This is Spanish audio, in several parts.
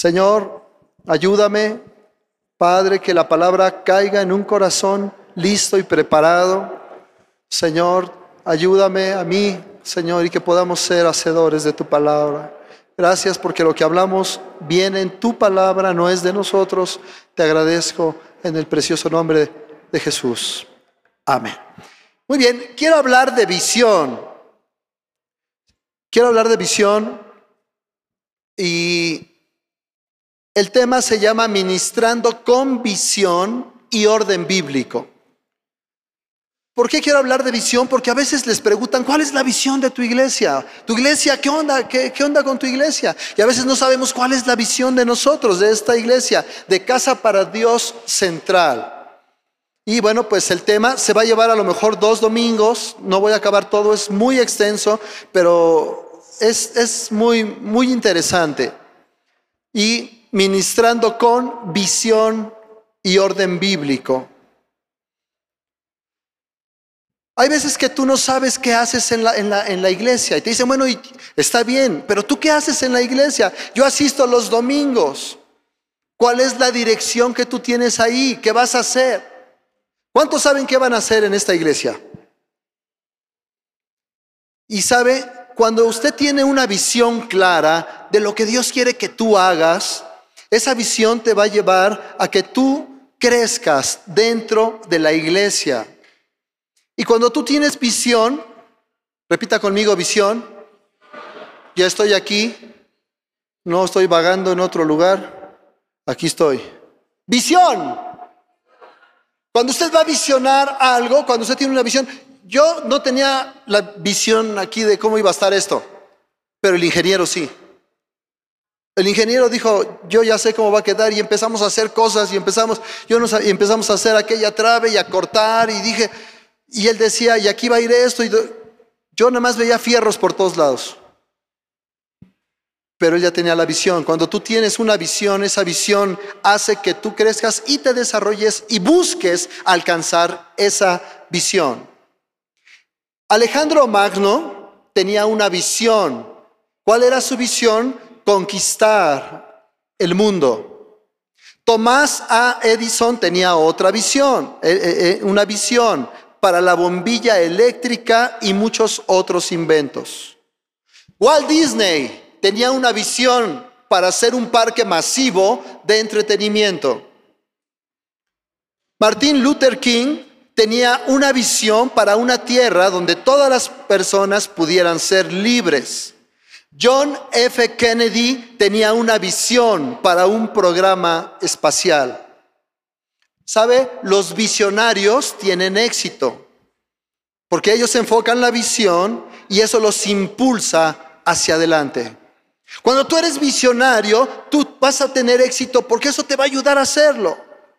Señor, ayúdame, Padre, que la palabra caiga en un corazón listo y preparado. Señor, ayúdame a mí, Señor, y que podamos ser hacedores de tu palabra. Gracias porque lo que hablamos viene en tu palabra, no es de nosotros. Te agradezco en el precioso nombre de Jesús. Amén. Muy bien, quiero hablar de visión. Y el tema se llama Ministrando con visión y orden bíblico. ¿Por qué quiero hablar de visión? Porque a veces les preguntan, ¿cuál es la visión de tu iglesia? ¿Tu iglesia qué onda? ¿Qué onda con tu iglesia? Y a veces no sabemos cuál es la visión de nosotros, de esta iglesia, de Casa para Dios Central. Y bueno, pues el tema se va a llevar a lo mejor 2 domingos. No voy a acabar todo, es muy extenso, pero es muy interesante. Y ministrando con visión y orden bíblico. Hay veces que tú no sabes qué haces en la iglesia y te dicen, bueno, está bien, pero ¿tú qué haces en la iglesia? Yo asisto los domingos. ¿Cuál es la dirección que tú tienes ahí? ¿Qué vas a hacer? ¿Cuántos saben qué van a hacer en esta iglesia? Y sabe, cuando usted tiene una visión clara de lo que Dios quiere que tú hagas, esa visión te va a llevar a que tú crezcas dentro de la iglesia. Y cuando tú tienes visión, repita conmigo, visión. Ya estoy aquí, no estoy vagando en otro lugar, aquí estoy. Visión. Cuando usted va a visionar algo, cuando usted tiene una visión, yo no tenía la visión aquí de cómo iba a estar esto, pero el ingeniero sí. El ingeniero dijo, yo ya sé cómo va a quedar, y empezamos a hacer cosas y empezamos a hacer aquella trave y a cortar, y él decía, y aquí va a ir esto, y yo nada más veía fierros por todos lados. Pero él ya tenía la visión. Cuando tú tienes una visión, esa visión hace que tú crezcas y te desarrolles y busques alcanzar esa visión. Alejandro Magno tenía una visión. ¿Cuál era su visión? Conquistar el mundo. Tomás A. Edison tenía otra visión, una visión para la bombilla eléctrica y muchos otros inventos. Walt Disney tenía una visión para hacer un parque masivo de entretenimiento. Martin Luther King tenía una visión para una tierra donde todas las personas pudieran ser libres. John F. Kennedy tenía una visión para un programa espacial. ¿Sabe? Los visionarios tienen éxito porque ellos enfocan la visión y eso los impulsa hacia adelante. Cuando tú eres visionario, tú vas a tener éxito porque eso te va a ayudar a hacerlo.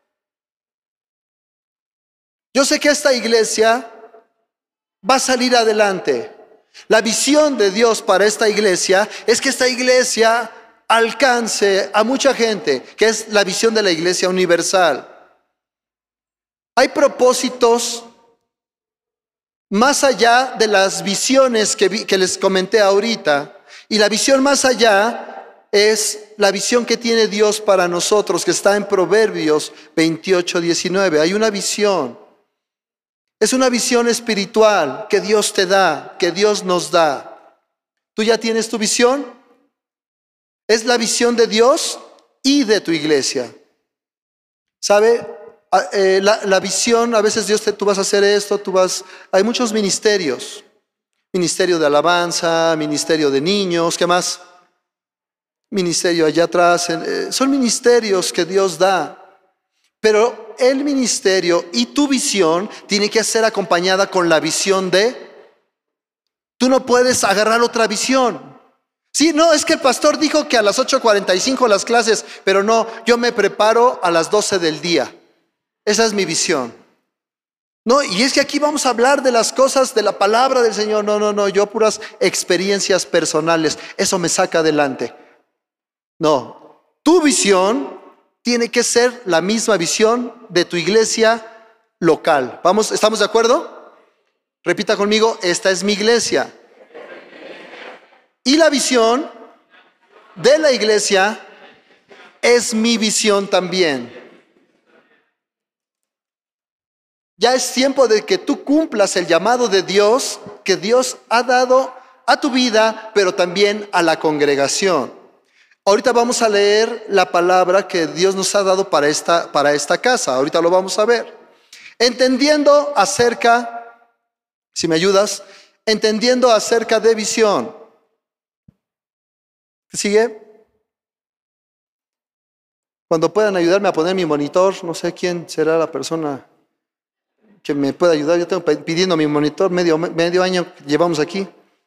Yo sé que esta iglesia va a salir adelante. La visión de Dios para esta iglesia es que esta iglesia alcance a mucha gente, que es la visión de la iglesia universal. Hay propósitos más allá de las visiones que les comenté ahorita. Y la visión más allá es la visión que tiene Dios para nosotros, que está en Proverbios 28:19. Hay una visión. Es una visión espiritual que Dios te da, que Dios nos da. ¿Tú ya tienes tu visión? Es la visión de Dios y de tu iglesia. ¿Sabe? La visión, a veces tú vas a hacer esto, hay muchos ministerios. Ministerio de alabanza, ministerio de niños, ¿qué más? Ministerio allá atrás. Son ministerios que Dios da. Pero el ministerio y tu visión tiene que ser acompañada con la visión tú no puedes agarrar otra visión. Sí, no, es que el pastor dijo que a las 8:45 las clases, pero no, yo me preparo a las 12 del día. Esa es mi visión. No, y es que aquí vamos a hablar de las cosas de la palabra del Señor. No, yo puras experiencias personales. Eso me saca adelante. No, tu visión tiene que ser la misma visión de tu iglesia local. ¿Vamos? ¿Estamos de acuerdo? Repita conmigo, esta es mi iglesia. Y la visión de la iglesia es mi visión también. Ya es tiempo de que tú cumplas el llamado de Dios que Dios ha dado a tu vida, pero también a la congregación. Ahorita vamos a leer la palabra que Dios nos ha dado para esta casa. Ahorita lo vamos a ver. Entendiendo acerca, si me ayudas, entendiendo acerca de visión. ¿Sigue? Cuando puedan ayudarme a poner mi monitor, no sé quién será la persona que me pueda ayudar. Yo tengo pidiendo mi monitor, medio año que llevamos aquí.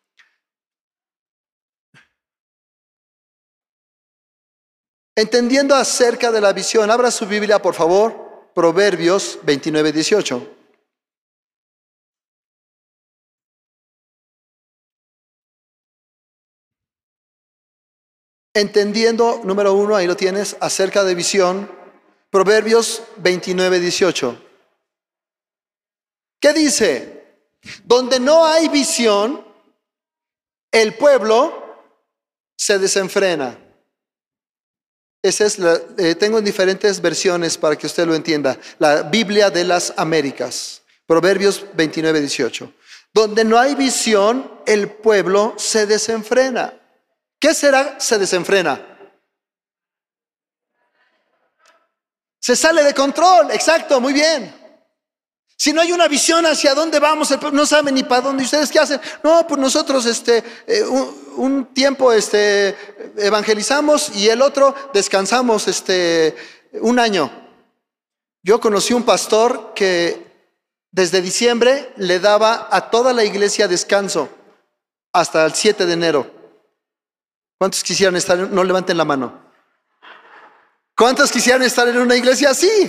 Entendiendo acerca de la visión, abra su Biblia, por favor, Proverbios 29:18. Entendiendo, número 1, ahí lo tienes, acerca de visión, Proverbios 29:18. ¿Qué dice? Donde no hay visión, el pueblo se desenfrena. Esa es tengo en diferentes versiones para que usted lo entienda. La Biblia de las Américas, Proverbios 29:18. Donde no hay visión, el pueblo se desenfrena. ¿Qué será? Se desenfrena. Se sale de control, exacto, muy bien. Si no hay una visión hacia dónde vamos, el pueblo no sabe ni para dónde. ¿Y ustedes qué hacen? No, pues nosotros un tiempo evangelizamos y el otro descansamos un año. Yo conocí un pastor que desde diciembre le daba a toda la iglesia descanso hasta el 7 de enero. ¿Cuántos quisieran estar? No levanten la mano. ¿Cuántos quisieran estar en una iglesia así?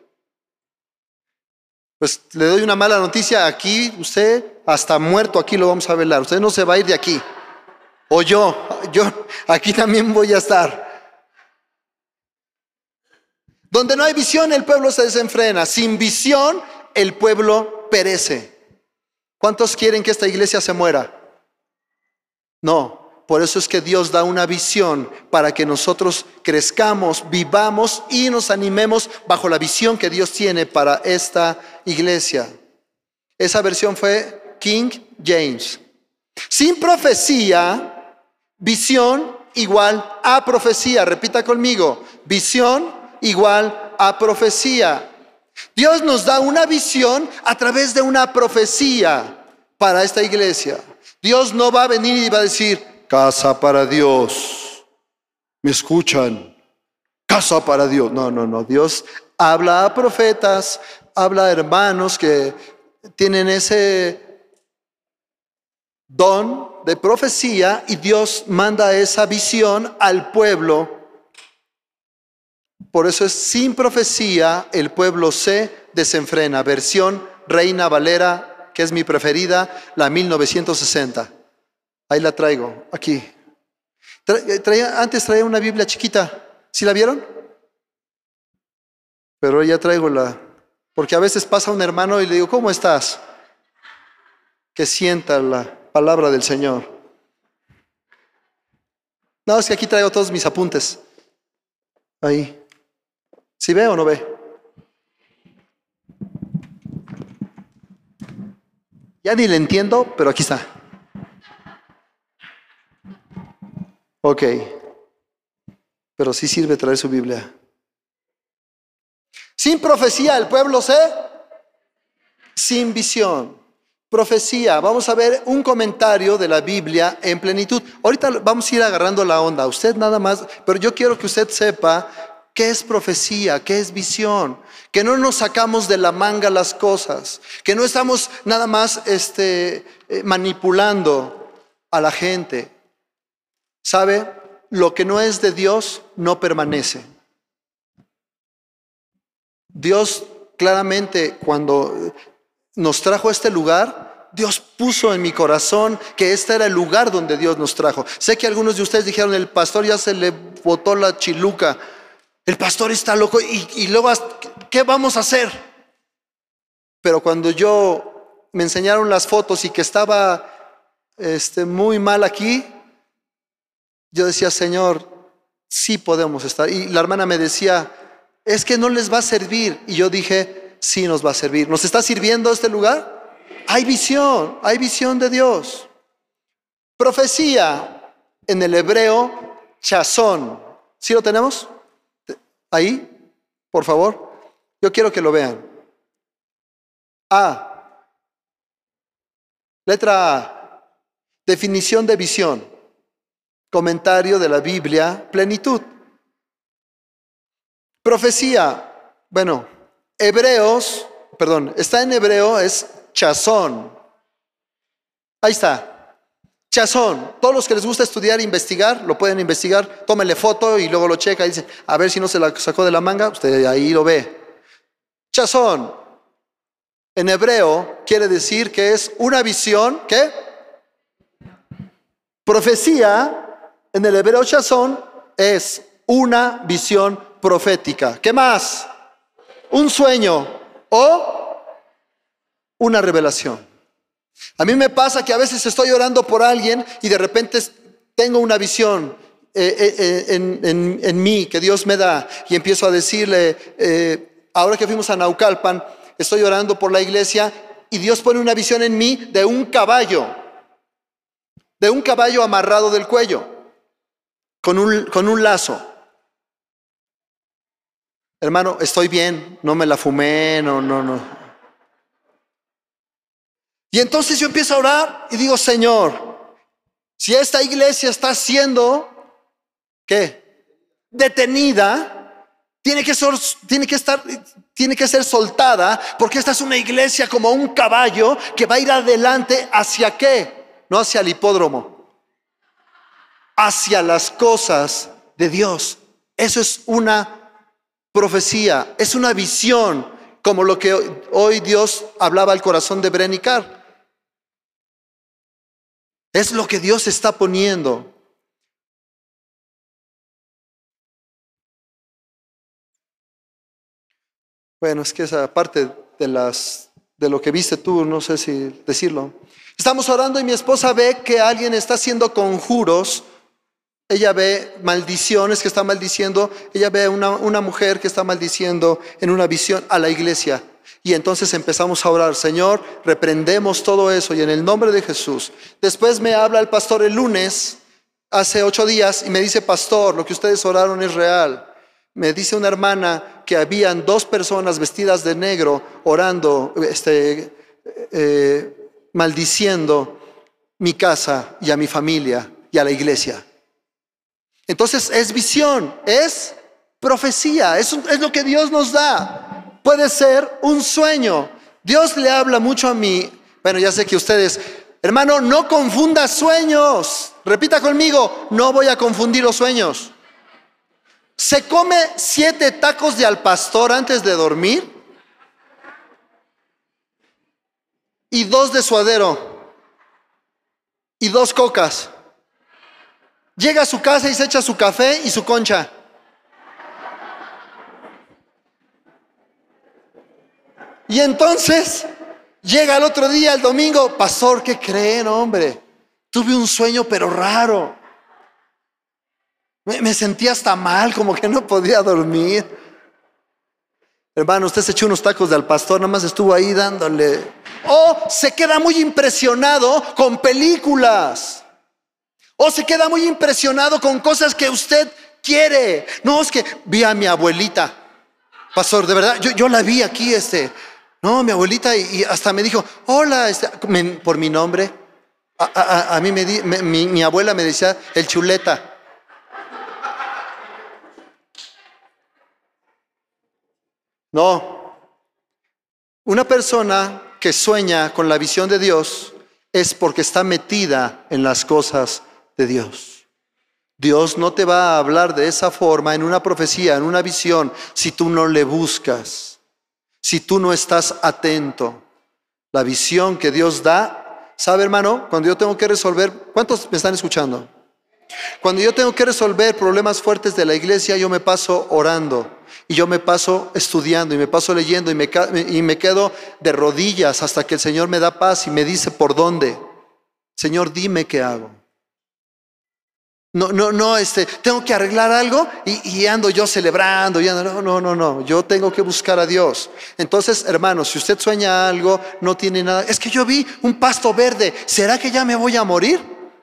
Pues le doy una mala noticia. Aquí usted hasta muerto aquí lo vamos a velar. Usted no se va a ir de aquí. O yo aquí también voy a estar. Donde no hay visión, el pueblo se desenfrena. Sin visión, el pueblo perece. ¿Cuántos quieren que esta iglesia se muera? No. Por eso es que Dios da una visión para que nosotros crezcamos, vivamos y nos animemos bajo la visión que Dios tiene para esta iglesia. Esa versión fue King James. Sin profecía, visión igual a profecía. Repita conmigo, visión igual a profecía. Dios nos da una visión a través de una profecía para esta iglesia. Dios no va a venir y va a decir: casa para Dios. ¿Me escuchan? Casa para Dios. No. Dios habla a profetas, habla a hermanos que tienen ese don de profecía y Dios manda esa visión al pueblo. Por eso es sin profecía el pueblo se desenfrena. Versión Reina Valera, que es mi preferida, la 1960. Ahí la traigo, aquí. Antes traía una Biblia chiquita. ¿Sí la vieron? Pero ya traigo porque a veces pasa un hermano y le digo: ¿cómo estás? Que sienta la palabra del Señor. No, es que aquí traigo todos mis apuntes. Ahí. ¿Sí ve o no ve? Ya ni le entiendo, pero aquí está. Ok, pero sí sirve traer su Biblia. Sin profecía el pueblo sin visión. Profecía, vamos a ver un comentario de la Biblia en plenitud. Ahorita vamos a ir agarrando la onda, usted nada más, pero yo quiero que usted sepa qué es profecía, qué es visión. Que no nos sacamos de la manga las cosas, que no estamos nada más manipulando a la gente. ¿Sabe? Lo que no es de Dios no permanece. Dios claramente, cuando nos trajo a este lugar, Dios puso en mi corazón que este era el lugar donde Dios nos trajo. Sé que algunos de ustedes dijeron: el pastor ya se le botó la chiluca, el pastor está loco y luego ¿qué vamos a hacer? Pero cuando me enseñaron las fotos y que estaba muy mal aquí, yo decía: Señor, sí podemos estar. Y la hermana me decía, es que no les va a servir. Y yo dije, sí nos va a servir. ¿Nos está sirviendo este lugar? Hay visión de Dios. Profecía, en el hebreo, chazón. ¿Sí lo tenemos? Ahí, por favor. Yo quiero que lo vean. A. Letra A. Definición de visión. Comentario de la Biblia, plenitud. Profecía. Bueno, está en hebreo, es chazón. Ahí está. Chazón. Todos los que les gusta estudiar e investigar, lo pueden investigar. Tómenle foto y luego lo checa y dicen, a ver si no se la sacó de la manga. Usted ahí lo ve. Chazón. En hebreo quiere decir que es una visión, ¿qué? Profecía, en el hebreo chazón, es una visión profética. ¿Qué más? Un sueño o una revelación. A mí me pasa que a veces estoy orando por alguien y de repente tengo una visión en mí que Dios me da y empiezo a decirle, ahora que fuimos a Naucalpan, estoy orando por la iglesia y Dios pone una visión en mí de un caballo amarrado del cuello, con un lazo. Hermano, estoy bien, no me la fumé, no. Y entonces yo empiezo a orar y digo, Señor, si esta iglesia está siendo, ¿qué? Detenida, tiene que ser soltada, porque esta es una iglesia como un caballo que va a ir adelante. ¿Hacia qué? No hacia el hipódromo, hacia las cosas de Dios. Eso es una profecía, es una visión, como lo que hoy Dios hablaba al corazón de Bren y Car. Es lo que Dios está poniendo. Bueno, es que esa parte de lo que viste tú, no sé si decirlo. Estamos orando y mi esposa ve que alguien está haciendo conjuros. Ella ve maldiciones que está maldiciendo. Ella ve una mujer que está maldiciendo en una visión a la iglesia. Y entonces empezamos a orar, Señor, reprendemos todo eso y en el nombre de Jesús. Después me habla el pastor el lunes, hace 8 días, y me dice, pastor, lo que ustedes oraron es real. Me dice una hermana que habían 2 personas vestidas de negro orando, maldiciendo mi casa y a mi familia y a la iglesia. Entonces es visión, es profecía, es lo que Dios nos da. Puede ser un sueño. Dios le habla mucho a mí. Bueno, ya sé que ustedes, hermano, no confunda sueños. Repita conmigo, no voy a confundir los sueños. ¿Se come 7 tacos de al pastor antes de dormir? Y 2 de suadero. Y 2 cocas. Llega a su casa y se echa su café y su concha. Y entonces llega el otro día, el domingo, pastor, ¿qué creen, hombre? Tuve un sueño pero raro. Me sentía hasta mal, como que no podía dormir. Hermano, usted se echó unos tacos de al pastor, nada más estuvo ahí dándole. O se queda muy impresionado con películas. O se queda muy impresionado con cosas que usted quiere. No, es que vi a mi abuelita. Pastor, de verdad, yo la vi aquí, no, mi abuelita, y hasta me dijo, hola, por mi nombre. A mí mi abuela me decía el chuleta. No, una persona que sueña con la visión de Dios es porque está metida en las cosas de Dios. Dios no te va a hablar de esa forma en una profecía, en una visión, si tú no le buscas. Si tú no estás atento, la visión que Dios da, ¿sabe, hermano? Cuando yo tengo que resolver, ¿cuántos me están escuchando? Cuando yo tengo que resolver problemas fuertes de la iglesia, yo me paso orando y yo me paso estudiando y me paso leyendo y me quedo de rodillas hasta que el Señor me da paz y me dice por dónde. Señor, dime qué hago. No, tengo que arreglar algo y ando yo celebrando. No. Yo tengo que buscar a Dios. Entonces, hermanos, si usted sueña algo, no tiene nada. Es que yo vi un pasto verde. ¿Será que ya me voy a morir?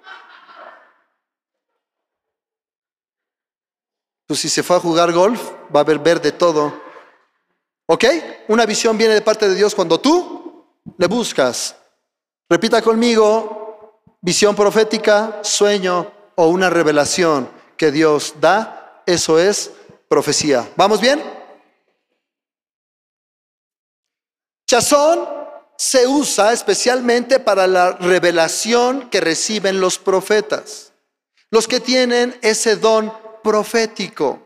Pues si se fue a jugar golf, va a haber verde todo. ¿Ok? Una visión viene de parte de Dios cuando tú le buscas. Repita conmigo: visión profética, sueño o una revelación que Dios da, eso es profecía. ¿Vamos bien? Chazón se usa especialmente para la revelación que reciben los profetas, los que tienen ese don profético.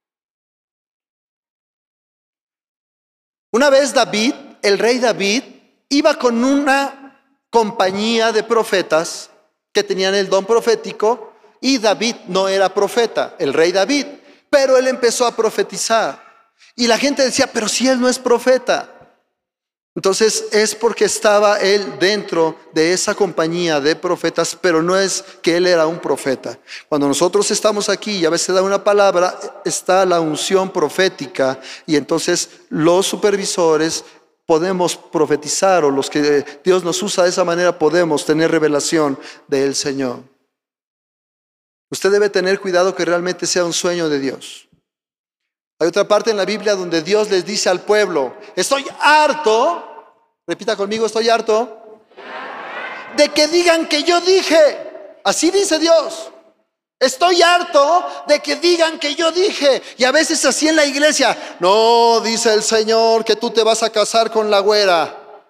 Una vez David, el rey David, iba con una compañía de profetas que tenían el don profético, y David no era profeta, el rey David, pero él empezó a profetizar. Y la gente decía, pero si él no es profeta. Entonces es porque estaba él dentro de esa compañía de profetas, pero no es que él era un profeta. Cuando nosotros estamos aquí y a veces da una palabra, está la unción profética, y entonces los supervisores podemos profetizar, o los que Dios nos usa de esa manera podemos tener revelación del Señor. Usted debe tener cuidado que realmente sea un sueño de Dios. Hay otra parte en la Biblia donde Dios les dice al pueblo: estoy harto, repita conmigo, estoy harto de que digan que yo dije. Así dice Dios: estoy harto de que digan que yo dije. Y a veces así en la iglesia: no, dice el Señor que tú te vas a casar con la güera.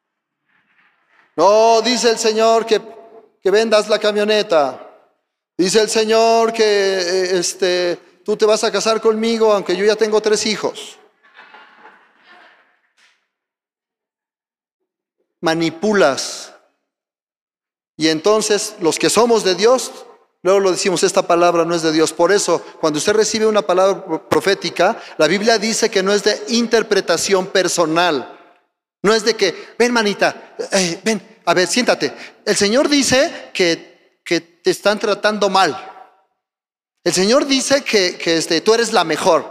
No, dice el Señor que vendas la camioneta. Dice el Señor que tú te vas a casar conmigo aunque yo ya tengo 3 hijos. Manipulas. Y entonces los que somos de Dios, luego lo decimos: esta palabra no es de Dios. Por eso, cuando usted recibe una palabra profética, la Biblia dice que no es de interpretación personal. No es de que, ven manita, ven, a ver, siéntate. El Señor dice que te están tratando mal. El Señor dice que tú eres la mejor.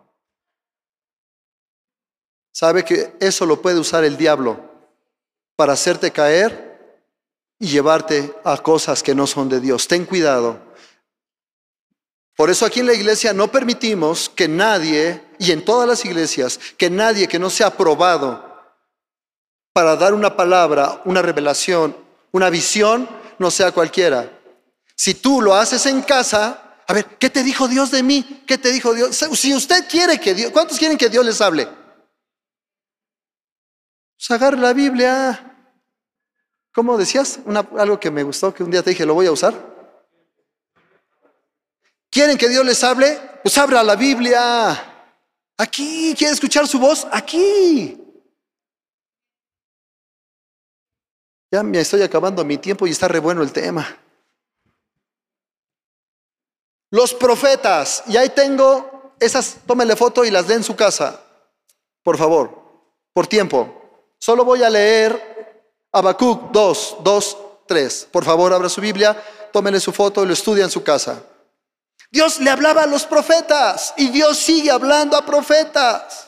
¿Sabe que eso lo puede usar el diablo para hacerte caer y llevarte a cosas que no son de Dios? Ten cuidado. Por eso aquí en la iglesia no permitimos que nadie, y en todas las iglesias, que nadie que no sea aprobado para dar una palabra, una revelación, una visión, no sea cualquiera. Si tú lo haces en casa, a ver, ¿qué te dijo Dios de mí? ¿Qué te dijo Dios? Si usted quiere que Dios, ¿cuántos quieren que Dios les hable? Pues agarre la Biblia. ¿Cómo decías? Algo que me gustó, que un día te dije, lo voy a usar. ¿Quieren que Dios les hable? Pues abra la Biblia. Aquí, ¿quiere escuchar su voz? Aquí. Ya me estoy acabando mi tiempo y está re bueno el tema. Los profetas, y ahí tengo esas, tómenle foto y las den en su casa, por favor, por tiempo. Solo voy a leer Habacuc 2:3. Por favor, abra su Biblia, tómenle su foto y lo estudia en su casa. Dios le hablaba a los profetas y Dios sigue hablando a profetas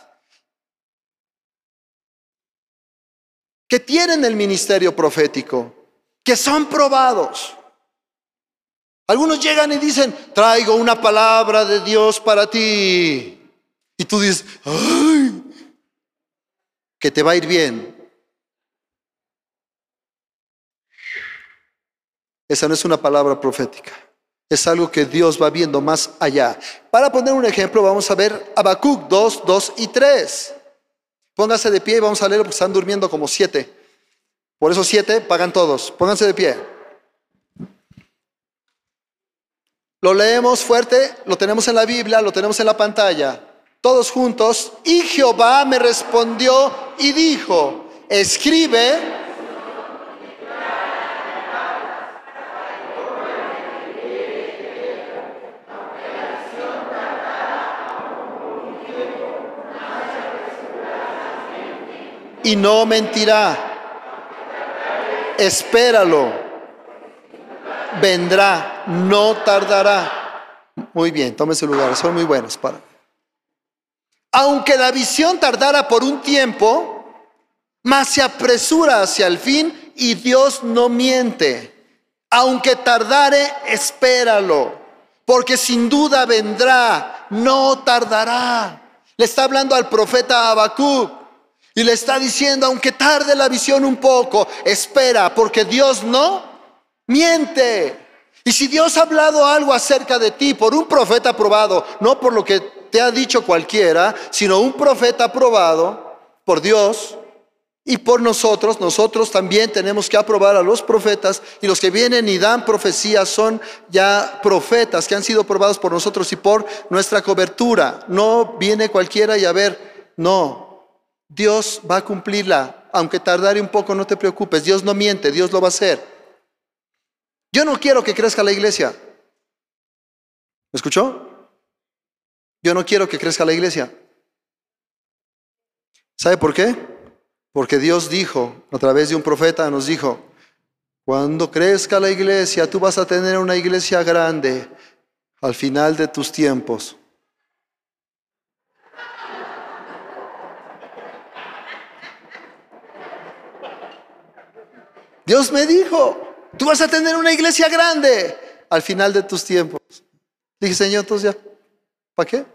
que tienen el ministerio profético, que son probados. Algunos llegan y dicen: traigo una palabra de Dios para ti. Y tú dices: ¡ay! Que te va a ir bien. Esa no es una palabra profética. Es algo que Dios va viendo más allá. Para poner un ejemplo, vamos a ver Habacuc 2 y 3. Pónganse de pie y vamos a leerlo porque están durmiendo como 7. Por eso 7 pagan todos. Pónganse de pie. Lo leemos fuerte, lo tenemos en la Biblia, lo tenemos en la pantalla. Todos juntos. Y Jehová me respondió y dijo: escribe. Y no mentirá. Espéralo. Vendrá. no tardará. Muy bien, tome su lugar, son muy buenos. Aunque la visión tardara por un tiempo, mas se apresura hacia el fin y Dios no miente. Aunque tardare, espéralo, porque sin duda vendrá, no tardará. Le está hablando al profeta Habacuc y le está diciendo, aunque tarde la visión un poco, espera, porque Dios no miente. Y si Dios ha hablado algo acerca de ti por un profeta aprobado, no por lo que te ha dicho cualquiera, sino un profeta aprobado por Dios y por nosotros también tenemos que aprobar a los profetas, y los que vienen y dan profecías son ya profetas que han sido aprobados por nosotros y por nuestra cobertura. No viene cualquiera y a ver, no, Dios va a cumplirla, aunque tardare un poco, no te preocupes, Dios no miente, Dios lo va a hacer. Yo no quiero que crezca la iglesia. ¿Me escuchó? Yo no quiero que crezca la iglesia. ¿Sabe por qué? Porque Dios dijo, a través de un profeta nos dijo, cuando crezca la iglesia, tú vas a tener una iglesia grande al final de tus tiempos. Dios me dijo, tú vas a tener una iglesia grande al final de tus tiempos. Dije, Señor, entonces ya, ¿para qué?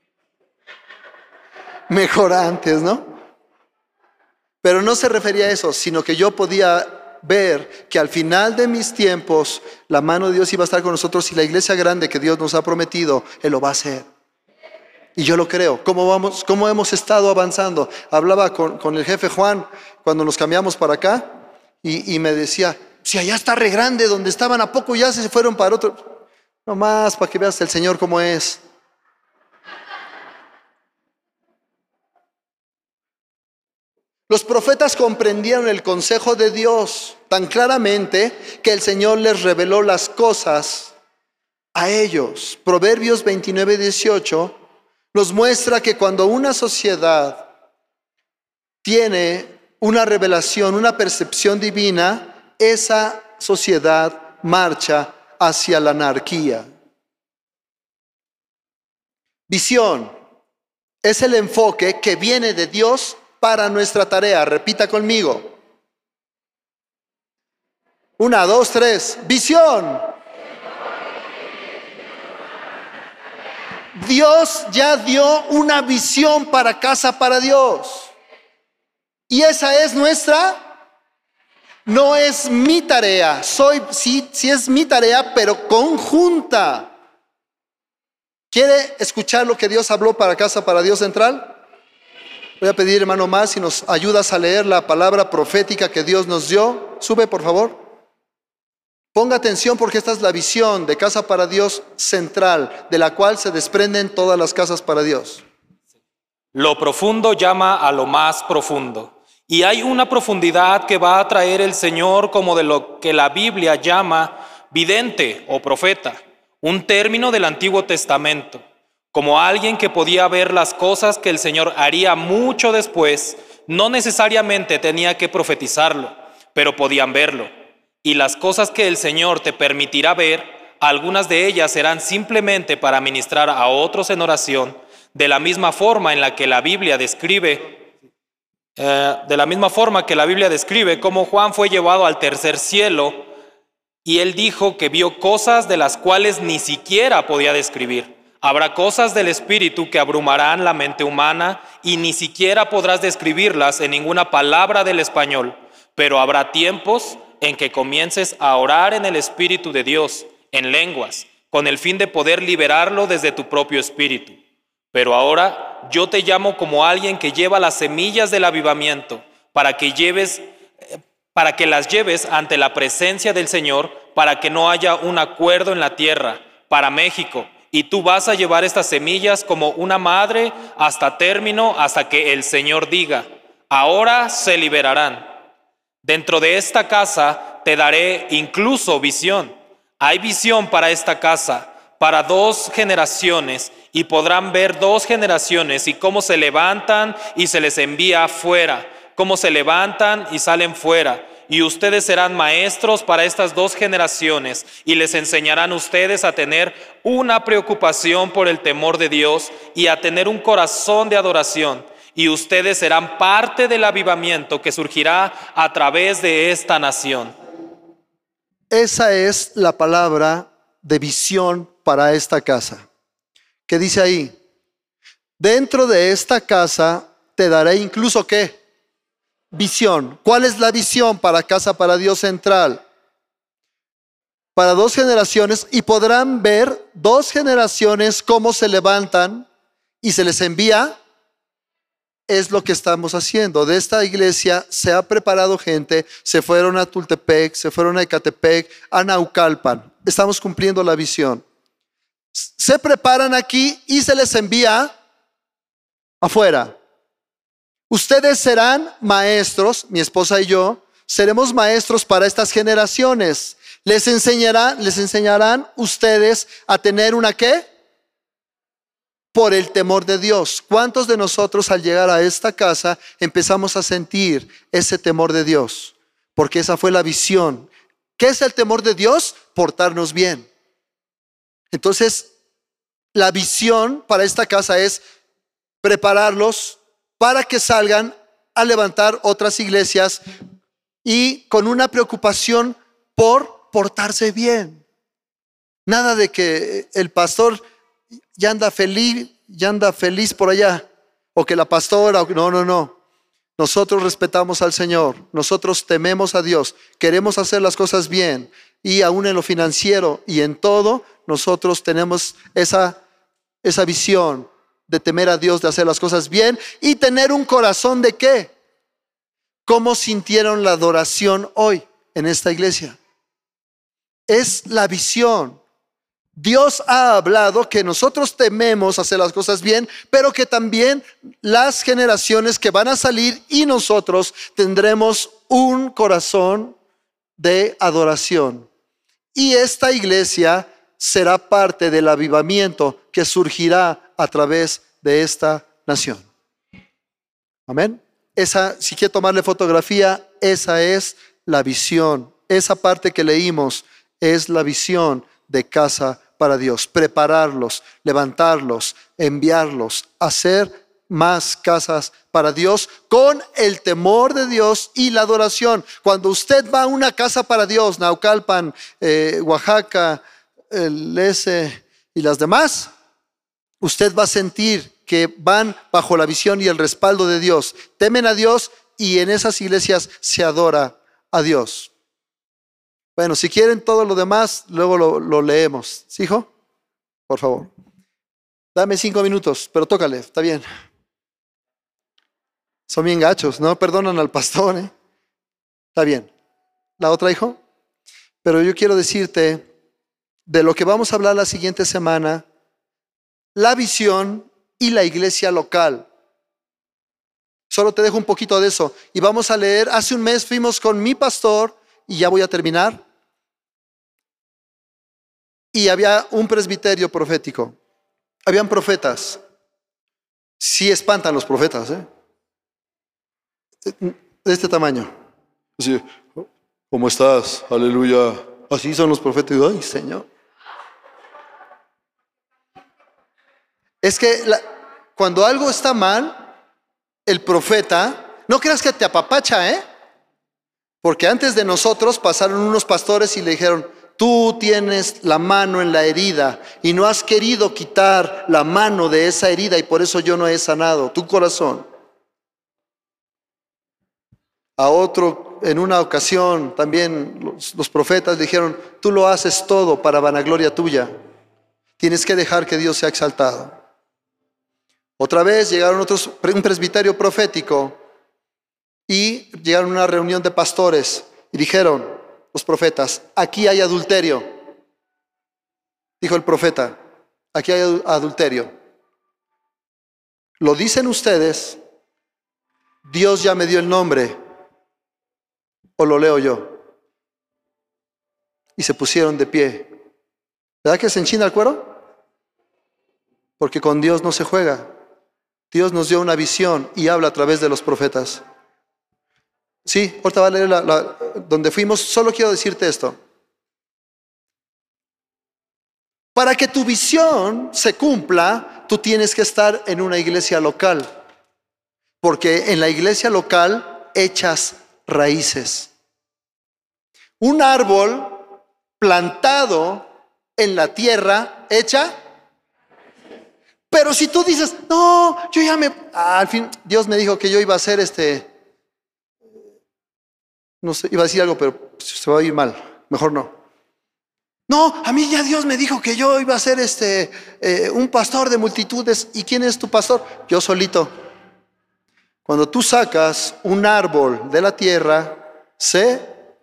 Mejor antes, ¿no? Pero no se refería a eso, sino que yo podía ver que al final de mis tiempos la mano de Dios iba a estar con nosotros, y la iglesia grande que Dios nos ha prometido, Él lo va a hacer. Y yo lo creo. ¿Cómo hemos estado avanzando? Hablaba con el jefe Juan cuando nos cambiamos para acá y me decía, si allá está re grande, donde estaban a poco ya se fueron para otro. No más, para que veas el Señor cómo es. Los profetas comprendieron el consejo de Dios tan claramente que el Señor les reveló las cosas a ellos. Proverbios 29:18 nos muestra que cuando una sociedad tiene una revelación, una percepción divina, esa sociedad marcha hacia la anarquía. Visión es el enfoque que viene de Dios para nuestra tarea. Repita conmigo. 1, 2, 3. Visión. Dios ya dio una visión para Casa para Dios. Y esa es nuestra. No es mi tarea. Sí es mi tarea, pero conjunta. ¿Quiere escuchar lo que Dios habló para Casa para Dios Central? Voy a pedir, hermano, más si nos ayudas a leer la palabra profética que Dios nos dio. Sube, por favor. Ponga atención, porque esta es la visión de Casa para Dios Central, de la cual se desprenden todas las casas para Dios. Lo profundo llama a lo más profundo, y hay una profundidad que va a traer el Señor como de lo que la Biblia llama vidente o profeta, un término del Antiguo Testamento, como alguien que podía ver las cosas que el Señor haría mucho después. No necesariamente tenía que profetizarlo, pero podían verlo. Y las cosas que el Señor te permitirá ver, algunas de ellas serán simplemente para ministrar a otros en oración, de la misma forma en la que la Biblia describe, cómo Juan fue llevado al tercer cielo, y él dijo que vio cosas de las cuales ni siquiera podía describir. Habrá cosas del Espíritu que abrumarán la mente humana y ni siquiera podrás describirlas en ninguna palabra del español, pero habrá tiempos en que comiences a orar en el Espíritu de Dios, en lenguas, con el fin de poder liberarlo desde tu propio espíritu. Pero ahora yo te llamo como alguien que lleva las semillas del avivamiento, para que las lleves ante la presencia del Señor, para que no haya un acuerdo en la tierra, para México. Y tú vas a llevar estas semillas como una madre hasta término, hasta que el Señor diga, ahora se liberarán. Dentro de esta casa te daré incluso visión. Hay visión para esta casa, para 2 generaciones, y podrán ver 2 generaciones y cómo se levantan y se les envía fuera, cómo se levantan y salen fuera. y ustedes serán maestros para estas 2 generaciones, y les enseñarán ustedes a tener una preocupación por el temor de Dios y a tener un corazón de adoración, y ustedes serán parte del avivamiento que surgirá a través de esta nación. Esa es la palabra de visión para esta casa. ¿Qué dice ahí? Dentro de esta casa te daré incluso ¿qué? Visión. ¿Cuál es la visión para Casa para Dios Central? Para 2 generaciones, y podrán ver 2 generaciones cómo se levantan y se les envía. Es lo que estamos haciendo. De esta iglesia se ha preparado gente, se fueron a Tultepec, se fueron a Ecatepec, a Naucalpan. Estamos cumpliendo la visión. Se preparan aquí y se les envía afuera. Ustedes serán maestros, mi esposa y yo, seremos maestros para estas generaciones. Les enseñarán ustedes a tener una ¿qué? Por el temor de Dios. ¿Cuántos de nosotros al llegar a esta casa empezamos a sentir ese temor de Dios? Porque esa fue la visión. ¿Qué es el temor de Dios? Portarnos bien. Entonces, la visión para esta casa es prepararlos para que salgan a levantar otras iglesias y con una preocupación por portarse bien. Nada de que el pastor ya anda feliz por allá, o que la pastora, no. Nosotros respetamos al Señor, nosotros tememos a Dios, queremos hacer las cosas bien, y aún en lo financiero y en todo, nosotros tenemos esa visión de temer a Dios, de hacer las cosas bien y tener un corazón de ¿qué? ¿Cómo sintieron la adoración hoy en esta iglesia? Es la visión. Dios ha hablado que nosotros tememos hacer las cosas bien, pero que también las generaciones que van a salir y nosotros tendremos un corazón de adoración. Y esta iglesia será parte del avivamiento que surgirá a través de esta nación. Amén. Si quiere tomarle fotografía, esa es la visión. Esa parte que leímos es la visión de Casa para Dios. Prepararlos, levantarlos, enviarlos, hacer más casas para Dios con el temor de Dios y la adoración. Cuando usted va a una casa para Dios, Naucalpan, Oaxaca, y las demás, usted va a sentir que van bajo la visión y el respaldo de Dios. Temen a Dios y en esas iglesias se adora a Dios. Bueno, si quieren todo lo demás, luego lo leemos. ¿Sí, hijo? Por favor. Dame 5 minutos, pero tócale, está bien. Son bien gachos, no perdonan al pastor, ¿eh? Está bien. ¿La otra, hijo? Pero yo quiero decirte de lo que vamos a hablar la siguiente semana, la visión y la iglesia local. Solo te dejo un poquito de eso. Y vamos a leer, hace un mes fuimos con mi pastor, y ya voy a terminar. Y había un presbiterio profético. Habían profetas. Sí espantan los profetas, ¿eh? De este tamaño. Así, ¿cómo estás? Aleluya. Así son los profetas. Ay, Señor. Es que cuando algo está mal, el profeta, no creas que te apapacha, ¿eh? Porque antes de nosotros pasaron unos pastores y le dijeron, tú tienes la mano en la herida y no has querido quitar la mano de esa herida y por eso yo no he sanado tu corazón. A otro, en una ocasión, también los profetas dijeron, tú lo haces todo para vanagloria tuya. Tienes que dejar que Dios sea exaltado. Otra vez llegaron un presbiterio profético y llegaron a una reunión de pastores y dijeron los profetas, aquí hay adulterio. Dijo el profeta, aquí hay adulterio. ¿Lo dicen ustedes? Dios ya me dio el nombre. ¿O lo leo yo? Y se pusieron de pie. ¿Verdad que se enchina el cuero? Porque con Dios no se juega. Dios nos dio una visión y habla a través de los profetas. Sí, ahorita va a leer donde fuimos. Solo quiero decirte esto. Para que tu visión se cumpla, tú tienes que estar en una iglesia local. Porque en la iglesia local echas raíces. Un árbol plantado en la tierra echa. Pero si tú dices, no, yo ya al fin, Dios me dijo que yo iba a hacer no sé, iba a decir algo, pero se va a oír mal, mejor no. No, a mí ya Dios me dijo que yo iba a ser un pastor de multitudes. ¿Y quién es tu pastor? Yo solito. Cuando tú sacas un árbol de la tierra, se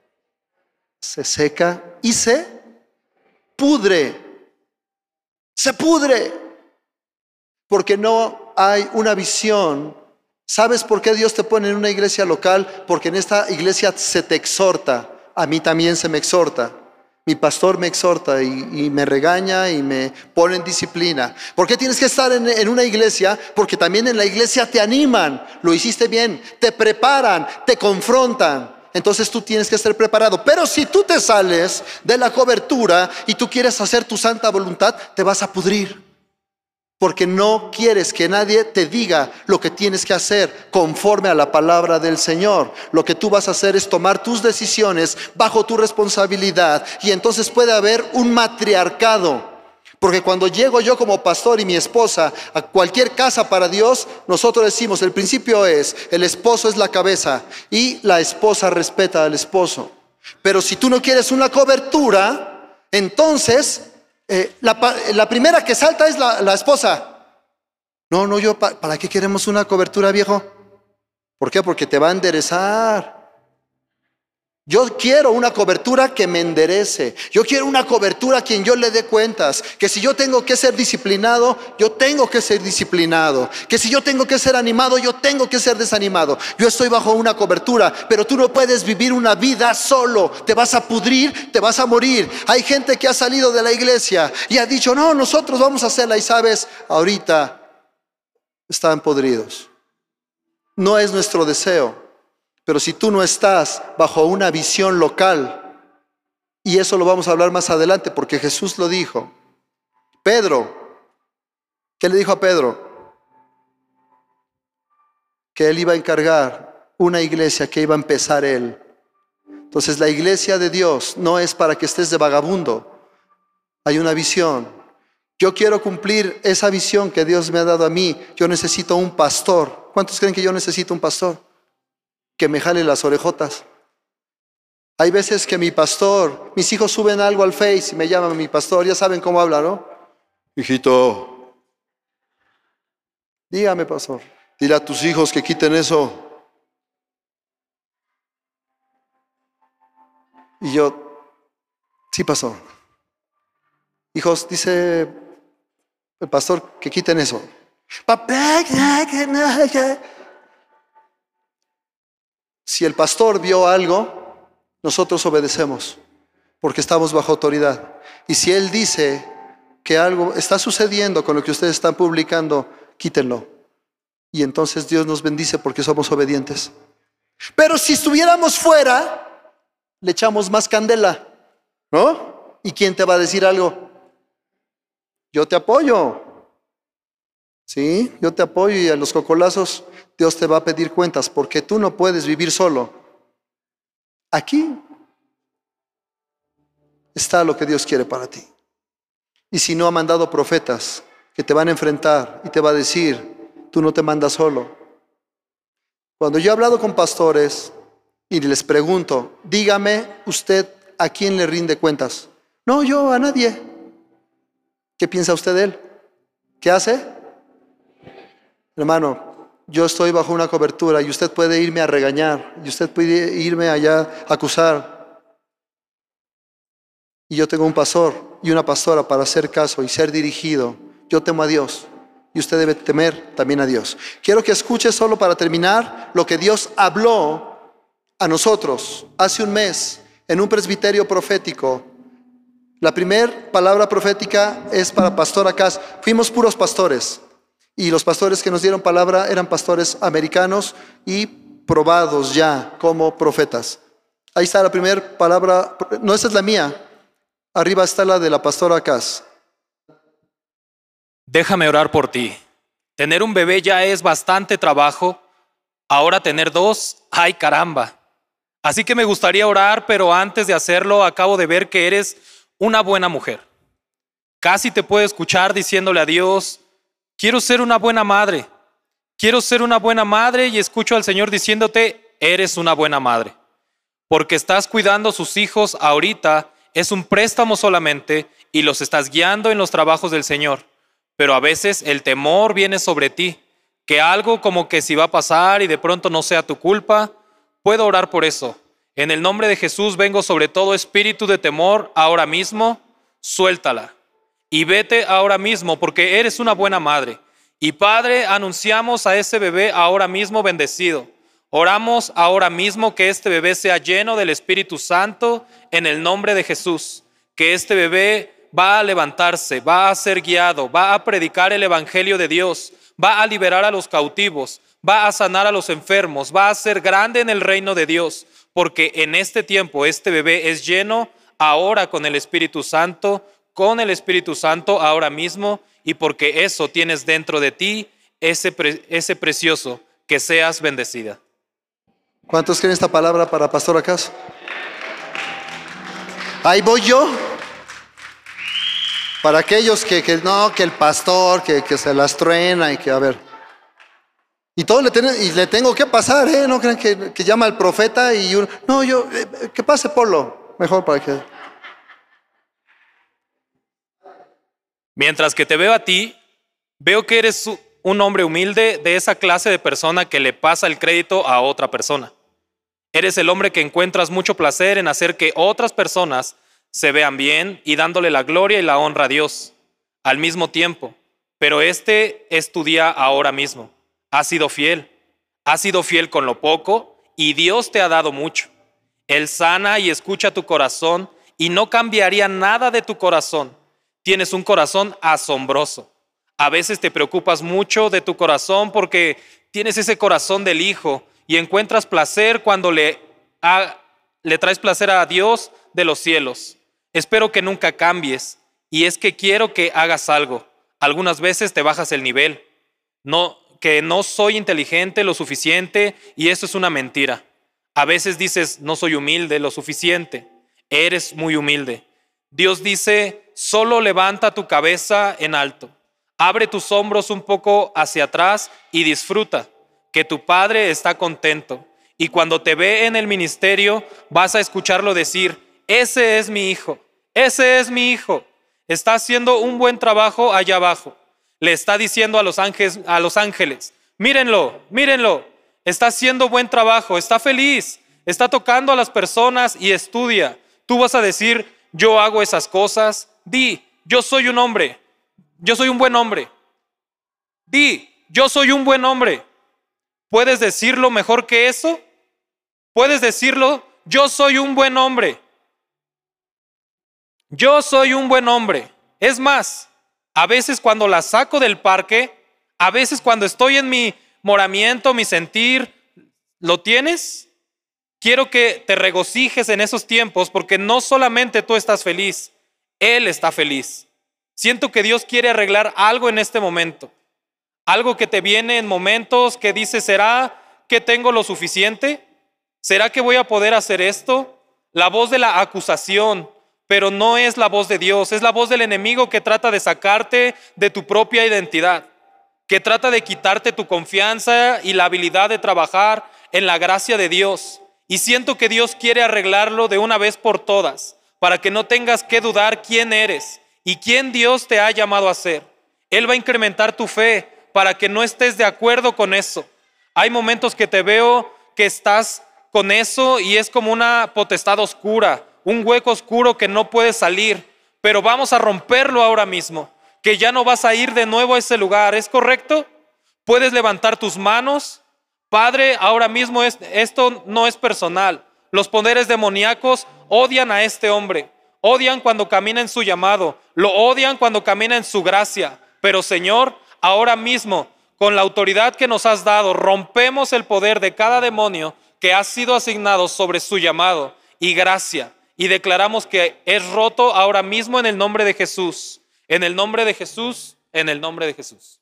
seca y se pudre. Se pudre. Porque no hay una visión. ¿Sabes por qué Dios te pone en una iglesia local? Porque en esta iglesia se te exhorta. A mí también se me exhorta. Mi pastor me exhorta y me regaña y me pone en disciplina. ¿Por qué tienes que estar en una iglesia? Porque también en la iglesia te animan. Lo hiciste bien, te preparan, te confrontan. Entonces tú tienes que estar preparado. Pero si tú te sales de la cobertura y tú quieres hacer tu santa voluntad, te vas a pudrir. Porque no quieres que nadie te diga lo que tienes que hacer conforme a la palabra del Señor. Lo que tú vas a hacer es tomar tus decisiones bajo tu responsabilidad. Y entonces puede haber un matriarcado. Porque cuando llego yo como pastor y mi esposa a cualquier casa para Dios, nosotros decimos, el principio es, el esposo es la cabeza y la esposa respeta al esposo. Pero si tú no quieres una cobertura, entonces la primera que salta es la esposa. No, ¿para qué queremos una cobertura, viejo? ¿Por qué? Porque te va a enderezar. Yo quiero una cobertura que me enderece. Yo quiero una cobertura a quien yo le dé cuentas. Que si yo tengo que ser disciplinado, yo tengo que ser disciplinado. Que si yo tengo que ser animado, yo tengo que ser desanimado. Yo estoy bajo una cobertura, pero tú no puedes vivir una vida solo. Te vas a pudrir, te vas a morir. Hay gente que ha salido de la iglesia y ha dicho, no, nosotros vamos a hacerla. Y sabes, ahorita están podridos. No es nuestro deseo. Pero si tú no estás bajo una visión local, y eso lo vamos a hablar más adelante porque Jesús lo dijo. Pedro, ¿qué le dijo a Pedro? Que él iba a encargar una iglesia que iba a empezar él. Entonces la iglesia de Dios no es para que estés de vagabundo. Hay una visión. Yo quiero cumplir esa visión que Dios me ha dado a mí. Yo necesito un pastor. ¿Cuántos creen que yo necesito un pastor? Que me jale las orejotas. Hay veces que mi pastor, mis hijos suben algo al Face y me llaman mi pastor, ya saben cómo habla, ¿no? Hijito, dígame, pastor, dile a tus hijos que quiten eso. Y yo, sí, pastor. Hijos, dice el pastor que quiten eso. Papá, si el pastor vio algo, nosotros obedecemos, porque estamos bajo autoridad. Y si él dice que algo está sucediendo con lo que ustedes están publicando, quítenlo. Y entonces Dios nos bendice porque somos obedientes. Pero si estuviéramos fuera, le echamos más candela, ¿no? ¿Y quién te va a decir algo? Yo te apoyo. Sí, yo te apoyo, y a los cocolazos Dios te va a pedir cuentas porque tú no puedes vivir solo. Aquí está lo que Dios quiere para ti. Y si no, ha mandado profetas que te van a enfrentar y te va a decir, tú no te mandas solo. Cuando yo he hablado con pastores y les pregunto, dígame usted a quién le rinde cuentas. No, yo a nadie. ¿Qué piensa usted de él? ¿Qué hace? Hermano, yo estoy bajo una cobertura y usted puede irme a regañar y usted puede irme allá a acusar. Y yo tengo un pastor y una pastora para hacer caso y ser dirigido. Yo temo a Dios y usted debe temer también a Dios. Quiero que escuche solo para terminar lo que Dios habló a nosotros hace un mes en un presbiterio profético. La primera palabra profética es para Pastor Acaz. Fuimos puros pastores. Y los pastores que nos dieron palabra eran pastores americanos y probados ya como profetas. Ahí está la primera palabra, no, esa es la mía. Arriba está la de la pastora Cas. Déjame orar por ti. Tener un bebé ya es bastante trabajo. Ahora tener dos, ¡ay caramba! Así que me gustaría orar, pero antes de hacerlo acabo de ver que eres una buena mujer. Casi te puedo escuchar diciéndole a Dios, quiero ser una buena madre. Quiero ser una buena madre, y escucho al Señor diciéndote, eres una buena madre. Porque estás cuidando a sus hijos ahorita, es un préstamo solamente, y los estás guiando en los trabajos del Señor. Pero a veces el temor viene sobre ti, que algo como que si va a pasar y de pronto no sea tu culpa. Puedo orar por eso. En el nombre de Jesús vengo sobre todo espíritu de temor ahora mismo, suéltala. Y vete ahora mismo porque eres una buena madre. Y Padre, anunciamos a ese bebé ahora mismo bendecido. Oramos ahora mismo que este bebé sea lleno del Espíritu Santo en el nombre de Jesús. Que este bebé va a levantarse, va a ser guiado, va a predicar el Evangelio de Dios, va a liberar a los cautivos, va a sanar a los enfermos, va a ser grande en el reino de Dios. Porque en este tiempo este bebé es lleno ahora con el Espíritu Santo ahora mismo, y porque eso tienes dentro de ti, ese precioso, que seas bendecida. ¿Cuántos quieren esta palabra para pastora Cas? Ahí voy yo. Para aquellos que no, que el pastor, que se las truena y que a ver. Y todo le tengo que pasar, ¿eh? No crean que llama al profeta y uno, no, que pase Polo, mejor para que. Mientras que te veo a ti, veo que eres un hombre humilde, de esa clase de persona que le pasa el crédito a otra persona. Eres el hombre que encuentras mucho placer en hacer que otras personas se vean bien y dándole la gloria y la honra a Dios al mismo tiempo. Pero este es tu día ahora mismo. Has sido fiel con lo poco y Dios te ha dado mucho. Él sana y escucha tu corazón y no cambiaría nada de tu corazón. Tienes un corazón asombroso. A veces te preocupas mucho de tu corazón porque tienes ese corazón del hijo y encuentras placer cuando le traes placer a Dios de los cielos. Espero que nunca cambies, y es que quiero que hagas algo. Algunas veces te bajas el nivel. Que no soy inteligente lo suficiente, y eso es una mentira. A veces dices, no soy humilde lo suficiente. Eres muy humilde. Dios dice, solo levanta tu cabeza en alto. Abre tus hombros un poco hacia atrás y disfruta, que tu Padre está contento. Y cuando te ve en el ministerio, vas a escucharlo decir, ese es mi hijo, ese es mi hijo. Está haciendo un buen trabajo allá abajo. Le está diciendo a los ángeles, mírenlo, mírenlo. Está haciendo buen trabajo, está feliz, está tocando a las personas y estudia. Tú vas a decir, yo hago esas cosas. Di, yo soy un hombre, yo soy un buen hombre. Di, yo soy un buen hombre. ¿Puedes decirlo mejor que eso? ¿Puedes decirlo? Yo soy un buen hombre. Yo soy un buen hombre. Es más, a veces cuando la saco del parque, a veces cuando estoy en mi moramiento, mi sentir, ¿lo tienes? Quiero que te regocijes en esos tiempos porque no solamente tú estás feliz, Él está feliz. Siento que Dios quiere arreglar algo en este momento. Algo que te viene en momentos que dices, ¿será que tengo lo suficiente? ¿Será que voy a poder hacer esto? La voz de la acusación, pero no es la voz de Dios, es la voz del enemigo que trata de sacarte de tu propia identidad, que trata de quitarte tu confianza y la habilidad de trabajar en la gracia de Dios. Y siento que Dios quiere arreglarlo de una vez por todas, para que no tengas que dudar quién eres y quién Dios te ha llamado a ser. Él va a incrementar tu fe para que no estés de acuerdo con eso. Hay momentos que te veo que estás con eso y es como una potestad oscura, un hueco oscuro que no puedes salir, pero vamos a romperlo ahora mismo, que ya no vas a ir de nuevo a ese lugar, ¿es correcto? Puedes levantar tus manos. Padre, ahora mismo esto no es personal. Los poderes demoníacos odian a este hombre, odian cuando camina en su llamado, lo odian cuando camina en su gracia, pero Señor, ahora mismo, con la autoridad que nos has dado, rompemos el poder de cada demonio que ha sido asignado sobre su llamado y gracia, y declaramos que es roto ahora mismo en el nombre de Jesús, en el nombre de Jesús, en el nombre de Jesús.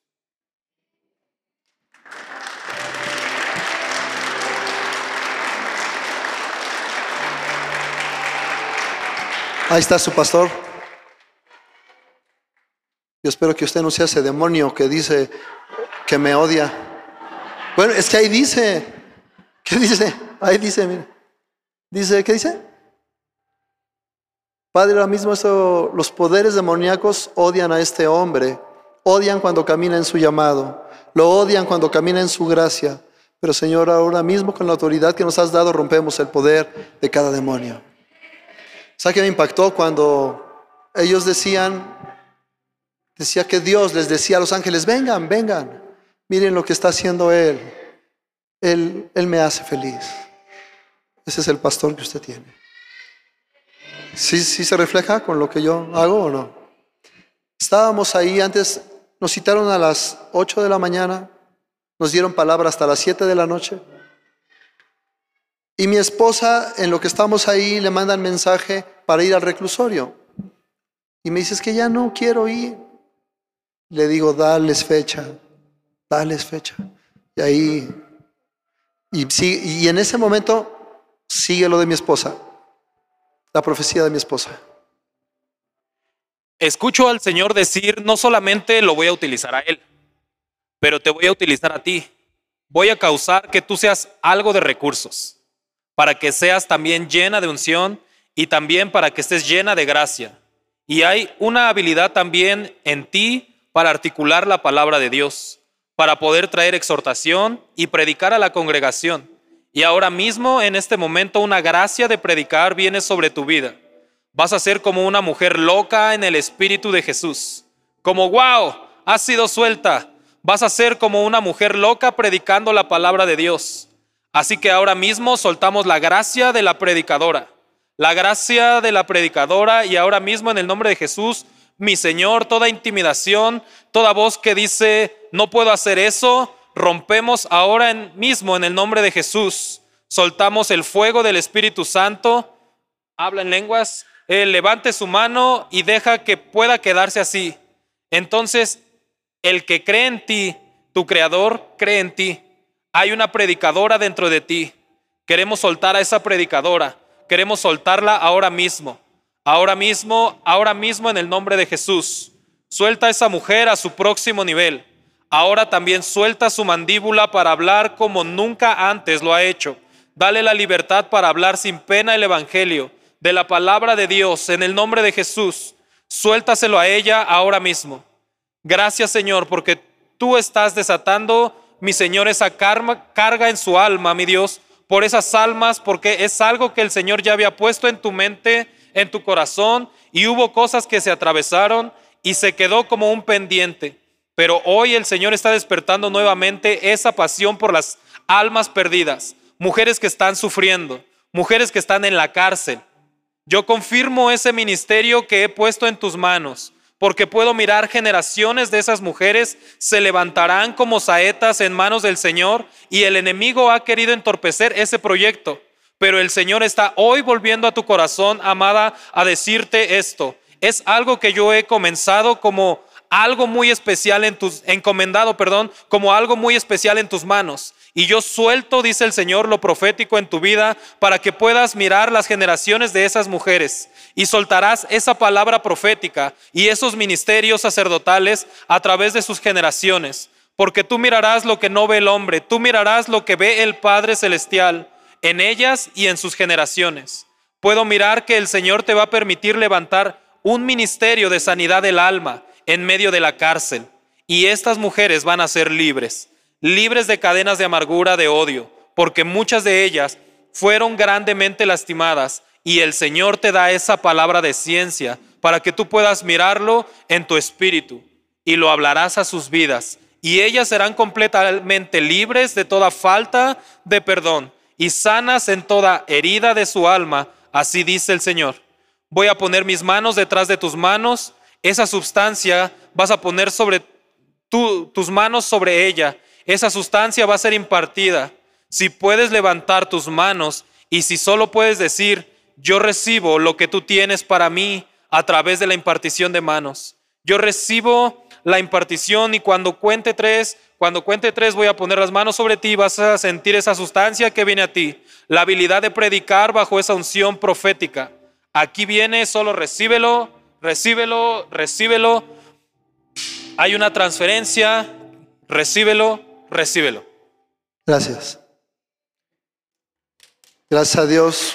Ahí está su pastor. Yo espero que usted no sea ese demonio que dice que me odia. Bueno, es que ahí dice, ¿qué dice? Ahí dice, mire. Dice, ¿qué dice? Padre, ahora mismo los poderes demoníacos odian a este hombre. Odian cuando camina en su llamado. Lo odian cuando camina en su gracia. Pero Señor, ahora mismo con la autoridad que nos has dado, rompemos el poder de cada demonio. ¿Sabe qué me impactó cuando ellos decía que Dios les decía a los ángeles, vengan, vengan, miren lo que está haciendo Él. Él me hace feliz. Ese es el pastor que usted tiene. ¿Sí se refleja con lo que yo hago o no? Estábamos ahí antes, nos citaron a las 8 de la mañana, nos dieron palabra hasta las 7 de la noche. Y mi esposa, en lo que estamos ahí, le mandan mensaje para ir al reclusorio. Y me dice, es que ya no quiero ir. Le digo, dales fecha. Y ahí, y en ese momento, sigue lo de mi esposa, la profecía de mi esposa. Escucho al Señor decir, no solamente lo voy a utilizar a Él, pero te voy a utilizar a ti. Voy a causar que tú seas algo de recursos, para que seas también llena de unción y también para que estés llena de gracia. Y hay una habilidad también en ti para articular la palabra de Dios, para poder traer exhortación y predicar a la congregación. Y ahora mismo, en este momento, una gracia de predicar viene sobre tu vida. Vas a ser como una mujer loca en el Espíritu de Jesús. Como wow, has sido suelta. Vas a ser como una mujer loca predicando la palabra de Dios. Así que ahora mismo soltamos la gracia de la predicadora. La gracia de la predicadora, y ahora mismo en el nombre de Jesús, mi Señor, toda intimidación, toda voz que dice no puedo hacer eso, rompemos ahora mismo en el nombre de Jesús. Soltamos el fuego del Espíritu Santo. Habla en lenguas. Levante su mano y deja que pueda quedarse así. Entonces, el que cree en ti, tu Creador cree en ti. Hay una predicadora dentro de ti. Queremos soltar a esa predicadora. Queremos soltarla ahora mismo. Ahora mismo en el nombre de Jesús. Suelta a esa mujer a su próximo nivel. Ahora también suelta su mandíbula para hablar como nunca antes lo ha hecho. Dale la libertad para hablar sin pena el evangelio de la palabra de Dios en el nombre de Jesús. Suéltaselo a ella ahora mismo. Gracias, Señor, porque tú estás desatando, mi Señor, esa carga en su alma, mi Dios, por esas almas, porque es algo que el Señor ya había puesto en tu mente, en tu corazón, y hubo cosas que se atravesaron y se quedó como un pendiente. Pero hoy el Señor está despertando nuevamente esa pasión por las almas perdidas, mujeres que están sufriendo, mujeres que están en la cárcel. Yo confirmo ese ministerio que he puesto en tus manos, porque puedo mirar generaciones de esas mujeres se levantarán como saetas en manos del Señor, y el enemigo ha querido entorpecer ese proyecto. Pero el Señor está hoy volviendo a tu corazón, amada, a decirte esto. Es algo que yo he comenzado como algo muy especial como algo muy especial en tus manos. Y yo suelto, dice el Señor, lo profético en tu vida para que puedas mirar las generaciones de esas mujeres, y soltarás esa palabra profética y esos ministerios sacerdotales a través de sus generaciones, porque tú mirarás lo que no ve el hombre, tú mirarás lo que ve el Padre Celestial en ellas y en sus generaciones. Puedo mirar que el Señor te va a permitir levantar un ministerio de sanidad del alma en medio de la cárcel, y estas mujeres van a ser libres de cadenas de amargura, de odio, porque muchas de ellas fueron grandemente lastimadas, y el Señor te da esa palabra de ciencia para que tú puedas mirarlo en tu espíritu y lo hablarás a sus vidas, y ellas serán completamente libres de toda falta de perdón y sanas en toda herida de su alma. Así dice el Señor. Voy a poner mis manos detrás de tus manos. Esa sustancia vas a poner sobre tus manos sobre ella. Esa sustancia va a ser impartida. Si puedes levantar tus manos y si solo puedes decir, yo recibo lo que tú tienes para mí a través de la impartición de manos. Yo recibo la impartición y cuando cuente tres voy a poner las manos sobre ti y vas a sentir esa sustancia que viene a ti. La habilidad de predicar bajo esa unción profética. Aquí viene, solo recíbelo, recíbelo, recíbelo. Hay una transferencia, recíbelo, recíbelo. Gracias. Gracias a Dios.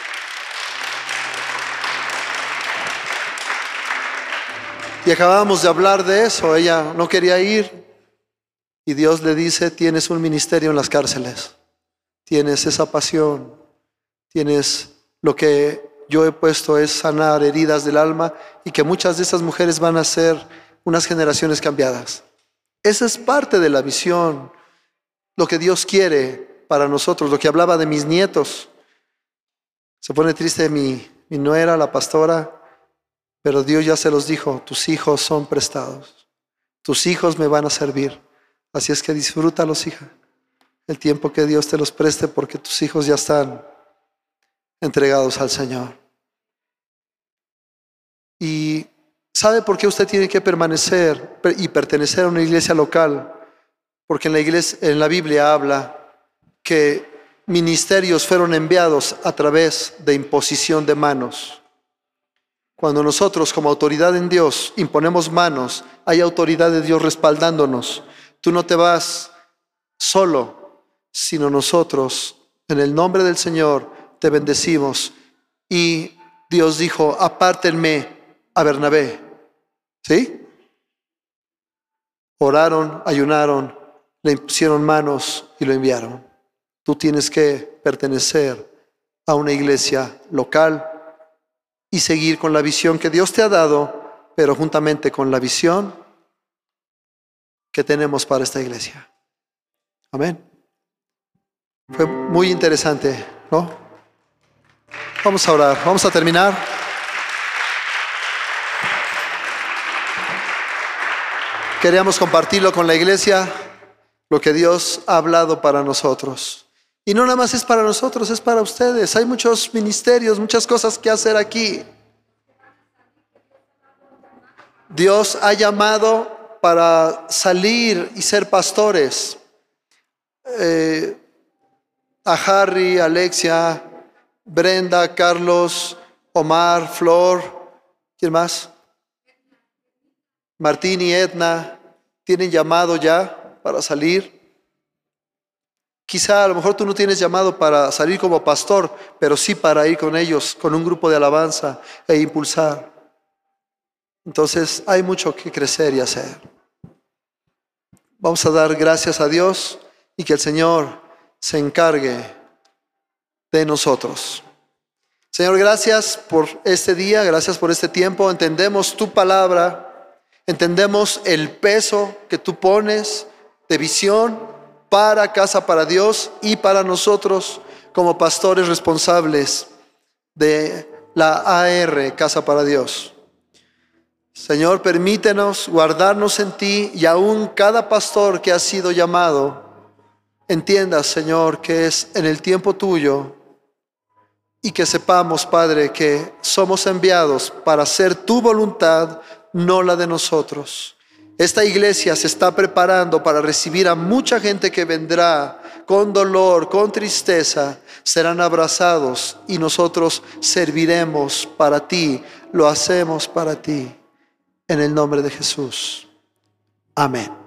Y acabamos de hablar de eso. Ella no quería ir. Y Dios le dice, tienes un ministerio en las cárceles. Tienes esa pasión. Tienes lo que yo he puesto es sanar heridas del alma. Y que muchas de esas mujeres van a ser unas generaciones cambiadas. Esa es parte de la visión. Lo que Dios quiere para nosotros. Lo que hablaba de mis nietos. Se pone triste mi nuera, la pastora. Pero Dios ya se los dijo, tus hijos son prestados. Tus hijos me van a servir. Así es que disfrútalos, hija. El tiempo que Dios te los preste porque tus hijos ya están entregados al Señor. Y ¿sabe por qué usted tiene que permanecer y pertenecer a una iglesia local? Porque en la Biblia habla que ministerios fueron enviados a través de imposición de manos. Cuando nosotros como autoridad en Dios imponemos manos, hay autoridad de Dios respaldándonos. Tú no te vas solo, sino nosotros, en el nombre del Señor, te bendecimos. Y Dios dijo, apártenme a Bernabé. ¿Sí? Oraron, ayunaron, le impusieron manos y lo enviaron. Tú tienes que pertenecer a una iglesia local y seguir con la visión que Dios te ha dado, pero juntamente con la visión que tenemos para esta iglesia. Amén. Fue muy interesante, ¿no? Vamos a orar, vamos a terminar. Queríamos compartirlo con la iglesia, lo que Dios ha hablado para nosotros. Y no nada más es para nosotros, es para ustedes. Hay muchos ministerios, muchas cosas que hacer aquí. Dios ha llamado para salir y ser pastores. A Harry, Alexia, Brenda, Carlos, Omar, Flor, ¿quién más? Martín y Edna tienen llamado ya para salir. Quizá a lo mejor tú no tienes llamado para salir como pastor, pero sí para ir con ellos, con un grupo de alabanza e impulsar. Entonces hay mucho que crecer y hacer. Vamos a dar gracias a Dios y que el Señor se encargue de nosotros. Señor, gracias por este día, gracias por este tiempo. Entendemos tu palabra, entendemos el peso que tú pones de visión para Casa para Dios y para nosotros como pastores responsables de la AR Casa para Dios. Señor, permítenos guardarnos en ti y aún cada pastor que ha sido llamado, entienda, Señor, que es en el tiempo tuyo y que sepamos, Padre, que somos enviados para hacer tu voluntad, no la de nosotros. Esta iglesia se está preparando para recibir a mucha gente que vendrá con dolor, con tristeza, serán abrazados y nosotros serviremos para ti, lo hacemos para ti, en el nombre de Jesús. Amén.